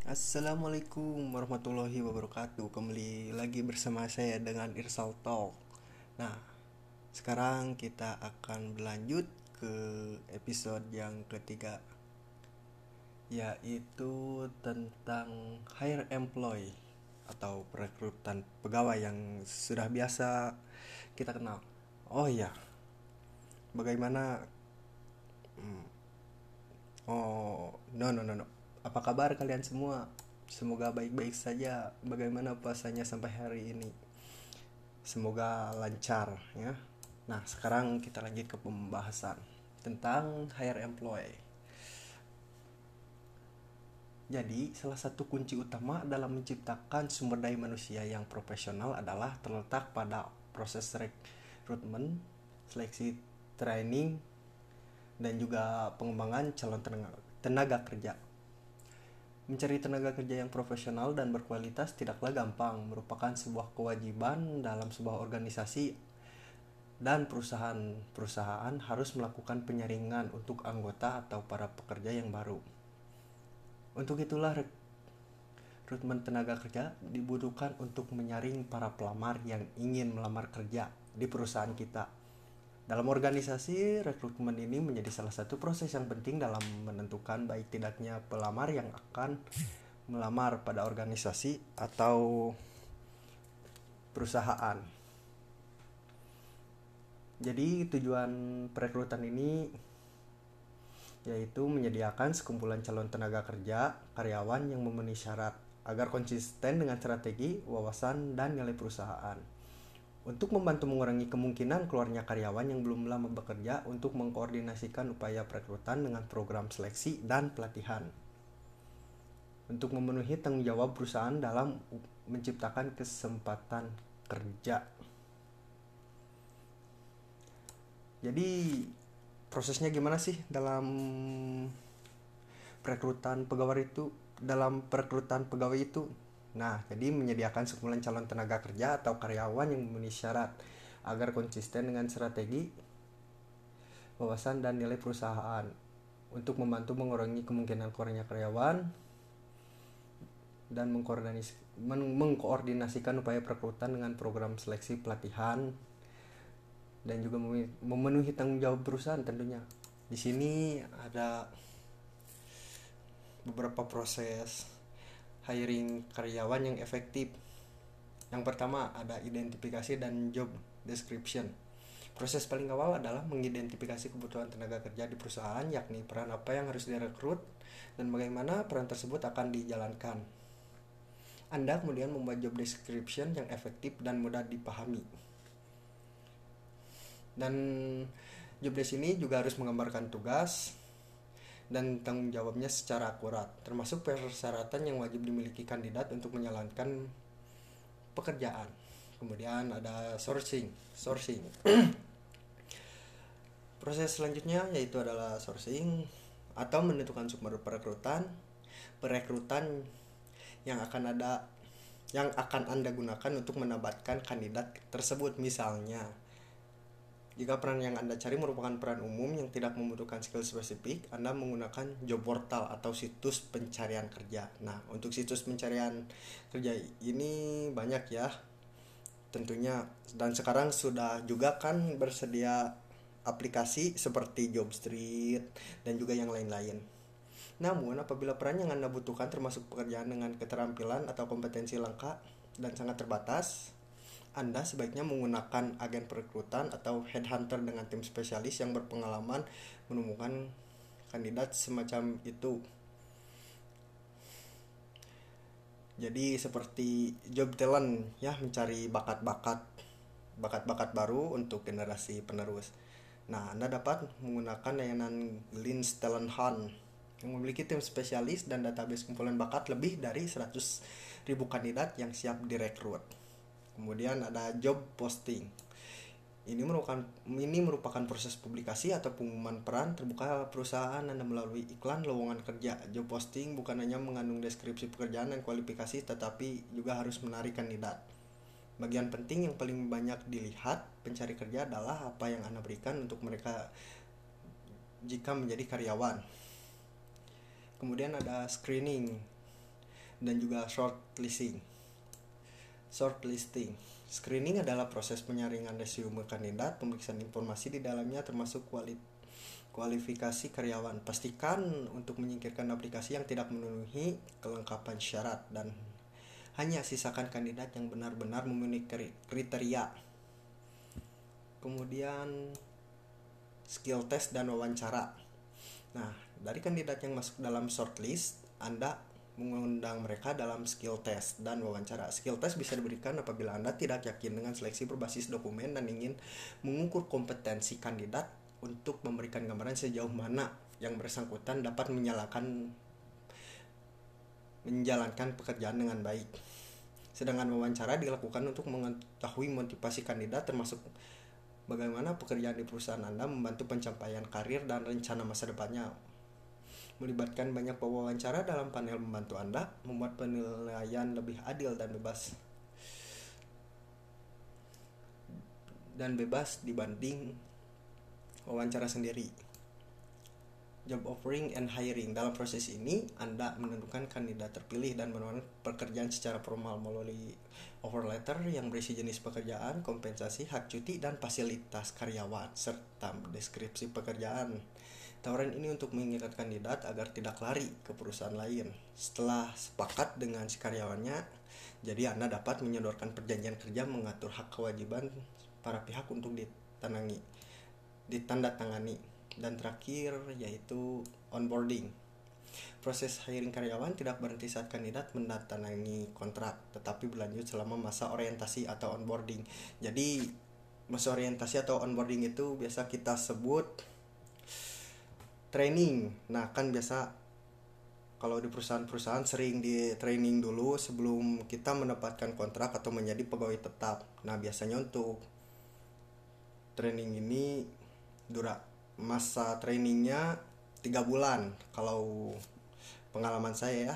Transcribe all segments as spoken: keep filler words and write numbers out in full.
Assalamualaikum warahmatullahi wabarakatuh. Kembali lagi bersama saya dengan Irsal Talk. Nah, sekarang kita akan berlanjut ke episode yang ketiga, yaitu tentang hire employee atau perekrutan pegawai yang sudah biasa kita kenal. Oh iya, bagaimana? hmm, Oh, no no no no. Apa kabar kalian semua? Semoga baik-baik saja. Bagaimana puasanya sampai hari ini? Semoga lancar ya. Nah, sekarang kita lanjut ke pembahasan tentang hire employee. Jadi, salah satu kunci utama dalam menciptakan sumber daya manusia yang profesional adalah terletak pada proses rekrutmen, seleksi, training, dan juga pengembangan calon tenaga, tenaga kerja. Mencari tenaga kerja yang profesional dan berkualitas tidaklah gampang, merupakan sebuah kewajiban dalam sebuah organisasi dan perusahaan-perusahaan harus melakukan penyaringan untuk anggota atau para pekerja yang baru. Untuk itulah rekrutmen tenaga kerja dibutuhkan untuk menyaring para pelamar yang ingin melamar kerja di perusahaan kita. Dalam organisasi, rekrutmen ini menjadi salah satu proses yang penting dalam menentukan baik tidaknya pelamar yang akan melamar pada organisasi atau perusahaan. Jadi tujuan perekrutan ini yaitu menyediakan sekumpulan calon tenaga kerja karyawan yang memenuhi syarat agar konsisten dengan strategi, wawasan, dan nilai perusahaan. Untuk membantu mengurangi kemungkinan keluarnya karyawan yang belum lama bekerja, untuk mengkoordinasikan upaya perekrutan dengan program seleksi dan pelatihan. Untuk memenuhi tanggung jawab perusahaan dalam menciptakan kesempatan kerja. Jadi prosesnya gimana sih dalam perekrutan pegawai itu? Dalam perekrutan pegawai itu, nah, jadi menyediakan sekumpulan calon tenaga kerja atau karyawan yang memenuhi syarat agar konsisten dengan strategi, wawasan, dan nilai perusahaan. Untuk membantu mengurangi kemungkinan keluarnya karyawan dan mengkoordinasi, mengkoordinasikan upaya perekrutan dengan program seleksi pelatihan dan juga memenuhi tanggung jawab perusahaan tentunya. Di sini ada beberapa proses hiring karyawan yang efektif. Yang pertama ada identifikasi dan job description. Proses paling awal adalah mengidentifikasi kebutuhan tenaga kerja di perusahaan, yakni peran apa yang harus direkrut dan bagaimana peran tersebut akan dijalankan. Anda kemudian membuat job description yang efektif dan mudah dipahami. Dan job desk ini juga harus menggambarkan tugas dan tanggung jawabnya secara akurat, termasuk persyaratan yang wajib dimiliki kandidat untuk menjalankan pekerjaan. Kemudian ada sourcing. Sourcing. Proses selanjutnya yaitu adalah sourcing atau menentukan sumber perekrutan. Perekrutan yang akan ada yang akan Anda gunakan untuk mendapatkan kandidat tersebut. Misalnya, jika peran yang Anda cari merupakan peran umum yang tidak membutuhkan skill spesifik, Anda menggunakan job portal atau situs pencarian kerja. Nah, untuk situs pencarian kerja ini banyak ya tentunya, dan sekarang sudah juga kan bersedia aplikasi seperti Jobstreet dan juga yang lain-lain. Namun, apabila peran yang Anda butuhkan termasuk pekerjaan dengan keterampilan atau kompetensi lengkap dan sangat terbatas, Anda sebaiknya menggunakan agen perekrutan atau headhunter dengan tim spesialis yang berpengalaman menemukan kandidat semacam itu. Jadi seperti job talent ya, mencari bakat-bakat bakat-bakat baru untuk generasi penerus. Nah, Anda dapat menggunakan layanan Links Talent Hunt yang memiliki tim spesialis dan database kumpulan bakat lebih dari seratus ribu kandidat yang siap direkrut. Kemudian ada job posting. Ini merupakan ini merupakan proses publikasi atau pengumuman peran terbuka perusahaan Anda melalui iklan lowongan kerja. Job posting bukan hanya mengandung deskripsi pekerjaan dan kualifikasi, tetapi juga harus menarik kandidat. Bagian penting yang paling banyak dilihat pencari kerja adalah apa yang Anda berikan untuk mereka jika menjadi karyawan. Kemudian ada screening. dan juga shortlisting. Shortlisting. Screening adalah proses penyaringan resume kandidat, pemeriksaan informasi di dalamnya termasuk kuali- kualifikasi karyawan. Pastikan untuk menyingkirkan aplikasi yang tidak memenuhi kelengkapan syarat dan hanya sisakan kandidat yang benar-benar memenuhi kriteria. Kemudian skill test dan wawancara. Nah, dari kandidat yang masuk dalam shortlist, Anda mengundang mereka dalam skill test dan wawancara. Skill test bisa diberikan apabila Anda tidak yakin dengan seleksi berbasis dokumen dan ingin mengukur kompetensi kandidat untuk memberikan gambaran sejauh mana yang bersangkutan dapat menyalakan menjalankan pekerjaan dengan baik. Sedangkan wawancara dilakukan untuk mengetahui motivasi kandidat, termasuk bagaimana pekerjaan di perusahaan Anda membantu pencapaian karir dan rencana masa depannya. Melibatkan banyak pewawancara dalam panel membantu Anda membuat penilaian lebih adil dan bebas dan bebas dibanding wawancara sendiri. Job offering and hiring. Dalam proses ini, Anda menentukan kandidat terpilih dan menawarkan pekerjaan secara formal melalui offer letter yang berisi jenis pekerjaan, kompensasi, hak cuti, dan fasilitas karyawan, serta deskripsi pekerjaan. Tawaran ini untuk mengingat kandidat agar tidak lari ke perusahaan lain. Setelah sepakat dengan si karyawannya, jadi Anda dapat menyodorkan perjanjian kerja mengatur hak kewajiban para pihak untuk ditandangi, ditandatangani. Dan terakhir yaitu onboarding. Proses hiring karyawan tidak berhenti saat kandidat menandatangani kontrak, tetapi berlanjut selama masa orientasi atau onboarding. Jadi masa orientasi atau onboarding itu biasa kita sebut training. Nah, kan biasa kalau di perusahaan-perusahaan sering di training dulu sebelum kita mendapatkan kontrak atau menjadi pegawai tetap. Nah, biasanya untuk training ini dura masa trainingnya tiga bulan kalau pengalaman saya ya.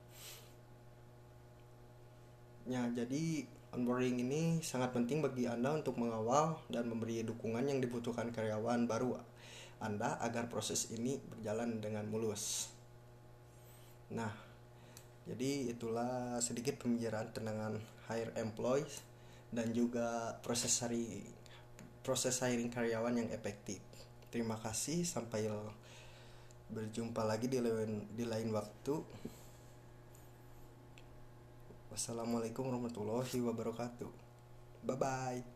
Ya, jadi onboarding ini sangat penting bagi Anda untuk mengawal dan memberi dukungan yang dibutuhkan karyawan baru Anda agar proses ini berjalan dengan mulus. Nah, jadi itulah sedikit pembicaraan tentang hire employees dan juga proses hari proses hiring karyawan yang efektif. Terima kasih, sampai berjumpa lagi di lain di lain waktu. Wassalamualaikum warahmatullahi wabarakatuh. Bye bye.